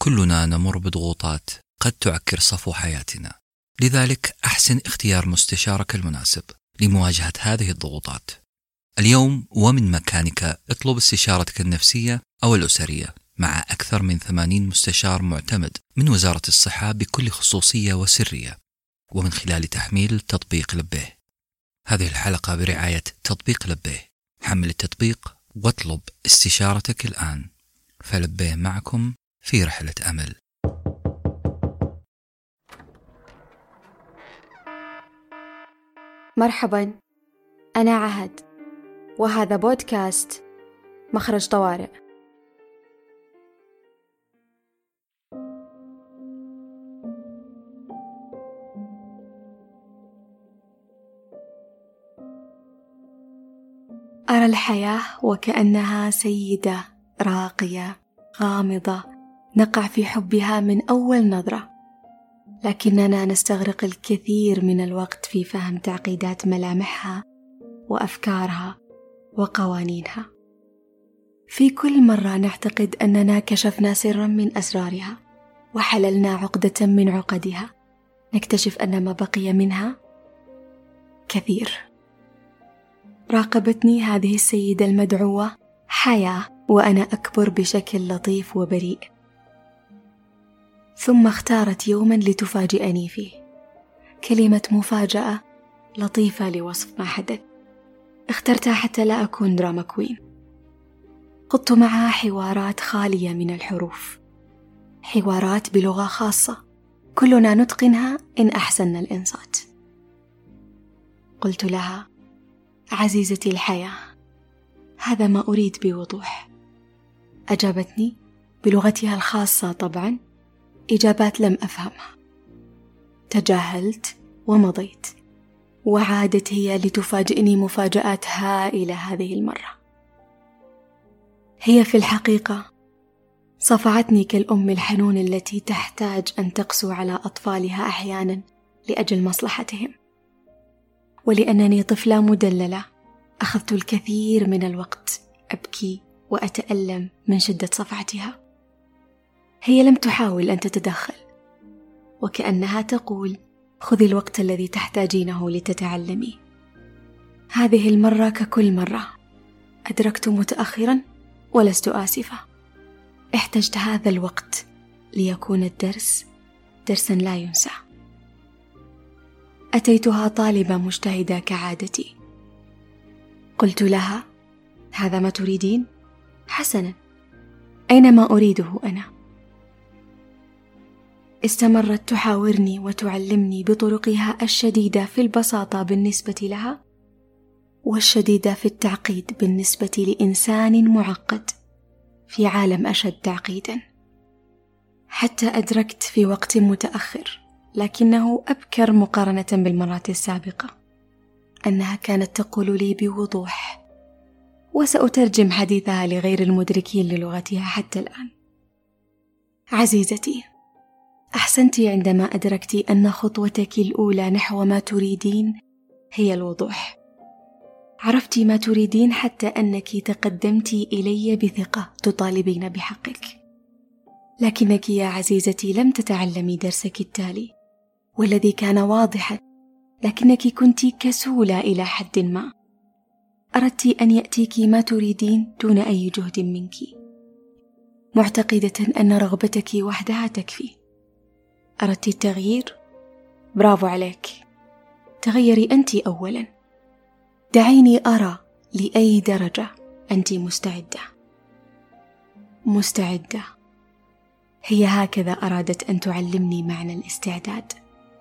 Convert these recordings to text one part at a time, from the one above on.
كلنا نمر بضغوطات قد تعكر صفو حياتنا، لذلك أحسن اختيار مستشارك المناسب لمواجهة هذه الضغوطات. اليوم ومن مكانك اطلب استشارتك النفسية أو الأسرية مع أكثر من 80 مستشار معتمد من وزارة الصحة بكل خصوصية وسرية، ومن خلال تحميل تطبيق لبيه. هذه الحلقة برعاية تطبيق لبيه. حمل التطبيق واطلب استشارتك الآن، فلبيه معكم في رحلة أمل. مرحبا، أنا عهد، وهذا بودكاست مخرج طوارئ. أرى الحياة وكأنها سيدة راقية غامضة نقع في حبها من أول نظرة، لكننا نستغرق الكثير من الوقت في فهم تعقيدات ملامحها وأفكارها وقوانينها. في كل مرة نعتقد أننا كشفنا سرا من أسرارها وحللنا عقدة من عقدها، نكتشف أن ما بقي منها كثير. راقبتني هذه السيدة المدعوة حياة وأنا أكبر بشكل لطيف وبريء، ثم اختارت يوما لتفاجئني فيه. كلمة مفاجأة لطيفة لوصف ما حدث، اخترتها حتى لا أكون دراما كوين. خضت معها حوارات خالية من الحروف، حوارات بلغة خاصة كلنا نتقنها إن أحسننا الإنصات. قلت لها: عزيزتي الحياة، هذا ما أريد بوضوح. أجابتني بلغتها الخاصة طبعا، إجابات لم أفهمها. تجاهلت ومضيت، وعادت هي لتفاجئني مفاجآت هائلة هذه المرة. هي في الحقيقة صفعتني كالأم الحنون التي تحتاج أن تقسو على أطفالها أحيانا لأجل مصلحتهم. ولأنني طفلة مدللة أخذت الكثير من الوقت أبكي وأتألم من شدة صفعتها. هي لم تحاول أن تتدخل، وكأنها تقول: خذي الوقت الذي تحتاجينه لتتعلمي. هذه المرة ككل مرة أدركت متأخرا ولست آسفة. احتجت هذا الوقت ليكون الدرس درسا لا ينسى. أتيتها طالبة مجتهدة كعادتي. قلت لها: هذا ما تريدين؟ حسنا، أين ما أريده أنا؟ استمرت تحاورني وتعلمني بطرقها الشديدة في البساطة بالنسبة لها، والشديدة في التعقيد بالنسبة لإنسان معقد في عالم أشد تعقيدا. حتى أدركت في وقت متأخر، لكنه أبكر مقارنة بالمرات السابقة، أنها كانت تقول لي بوضوح، وسأترجم حديثها لغير المدركين للغتها حتى الآن: عزيزتي، أحسنت عندما أدركت أن خطوتك الأولى نحو ما تريدين هي الوضوح. عرفت ما تريدين حتى أنك تقدمت إلي بثقة تطالبين بحقك. لكنك يا عزيزتي لم تتعلمي درسك التالي، والذي كان واضحا، لكنك كنت كسولة إلى حد ما. أردت أن يأتيك ما تريدين دون أي جهد منك، معتقدة أن رغبتك وحدها تكفي. أردت التغيير؟ برافو عليك، تغيري أنت أولا. دعيني أرى لأي درجة أنت مستعدة. مستعدة، هي هكذا أرادت أن تعلمني معنى الاستعداد.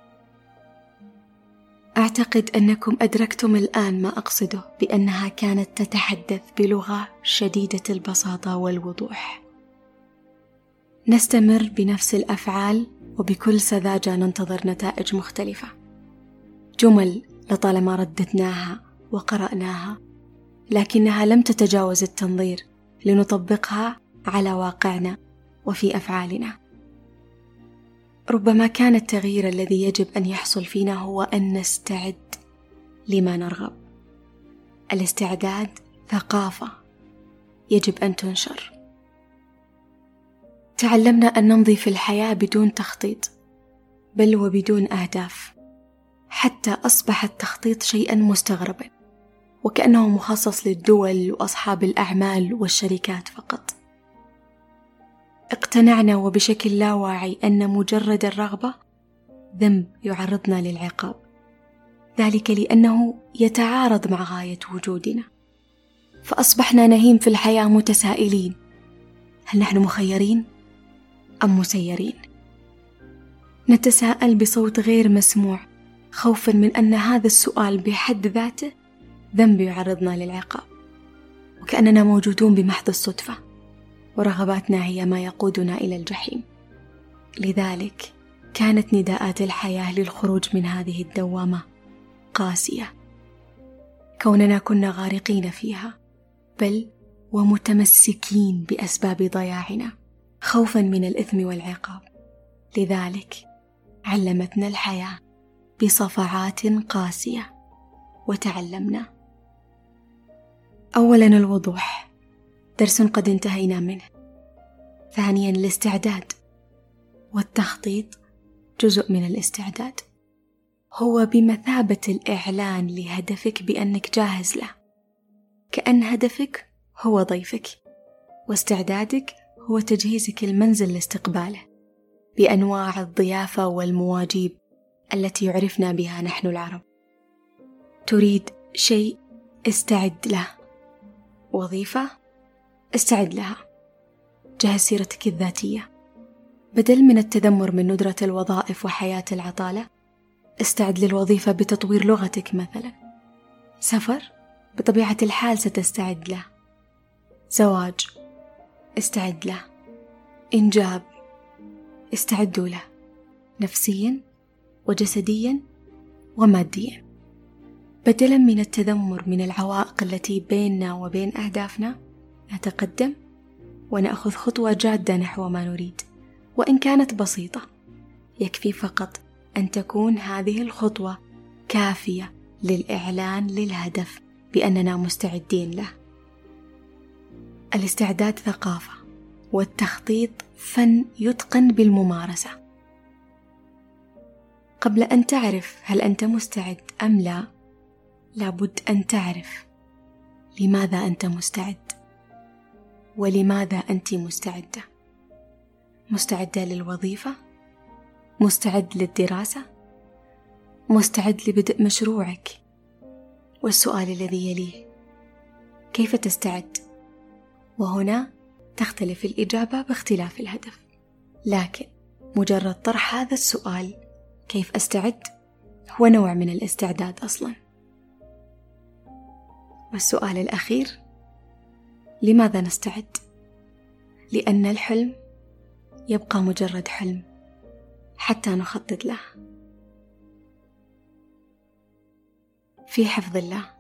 أعتقد أنكم أدركتم الآن ما أقصده بأنها كانت تتحدث بلغة شديدة البساطة والوضوح. نستمر بنفس الأفعال وبكل سذاجة ننتظر نتائج مختلفة. جمل لطالما رددناها وقرأناها، لكنها لم تتجاوز التنظير لنطبقها على واقعنا وفي أفعالنا. ربما كان التغيير الذي يجب أن يحصل فينا هو أن نستعد لما نرغب. الاستعداد ثقافة يجب أن تنشر. تعلمنا أن نمضي في الحياة بدون تخطيط، بل وبدون أهداف، حتى أصبح التخطيط شيئا مستغربا، وكأنه مخصص للدول وأصحاب الأعمال والشركات فقط. اقتنعنا وبشكل لا واعي أن مجرد الرغبة ذنب يعرضنا للعقاب، ذلك لأنه يتعارض مع غاية وجودنا. فأصبحنا نهيم في الحياة متسائلين: هل نحن مخيرين أم مسيرين؟ نتساءل بصوت غير مسموع، خوفا من أن هذا السؤال بحد ذاته ذنب يعرضنا للعقاب، وكأننا موجودون بمحض الصدفة، ورغباتنا هي ما يقودنا إلى الجحيم. لذلك كانت نداءات الحياة للخروج من هذه الدوامة قاسية، كوننا كنا غارقين فيها، بل ومتمسكين بأسباب ضياعنا خوفا من الإثم والعقاب. لذلك علمتنا الحياة بصفعات قاسية، وتعلمنا: أولا الوضوح، درس قد انتهينا منه. ثانيا الاستعداد، والتخطيط جزء من الاستعداد، هو بمثابة الإعلان لهدفك بأنك جاهز له، كأن هدفك هو ضيفك، واستعدادك هو تجهيزك المنزل لاستقباله بأنواع الضيافة والمواجيب التي يعرفنا بها نحن العرب. تريد شيء، استعد له. وظيفة، استعد لها. جهز سيرتك الذاتية، بدل من التذمر من ندرة الوظائف وحياة العطالة، استعد للوظيفة بتطوير لغتك مثلا. سفر، بطبيعة الحال ستستعد له. زواج، استعد له. إنجاب، استعدوا له، نفسيا وجسديا وماديا. بدلا من التذمر من العوائق التي بيننا وبين أهدافنا، نتقدم ونأخذ خطوة جادة نحو ما نريد، وإن كانت بسيطة. يكفي فقط أن تكون هذه الخطوة كافية للإعلان للهدف بأننا مستعدين له. الاستعداد ثقافة، والتخطيط فن يتقن بالممارسة. قبل أن تعرف هل أنت مستعد أم لا، لابد أن تعرف لماذا أنت مستعد، ولماذا أنت مستعدة. مستعدة للوظيفة؟ مستعد للدراسة؟ مستعد لبدء مشروعك؟ والسؤال الذي يليه: كيف تستعد؟ وهنا تختلف الإجابة باختلاف الهدف، لكن مجرد طرح هذا السؤال كيف أستعد هو نوع من الاستعداد أصلا. والسؤال الأخير: لماذا نستعد؟ لأن الحلم يبقى مجرد حلم حتى نخطط له. في حفظ الله.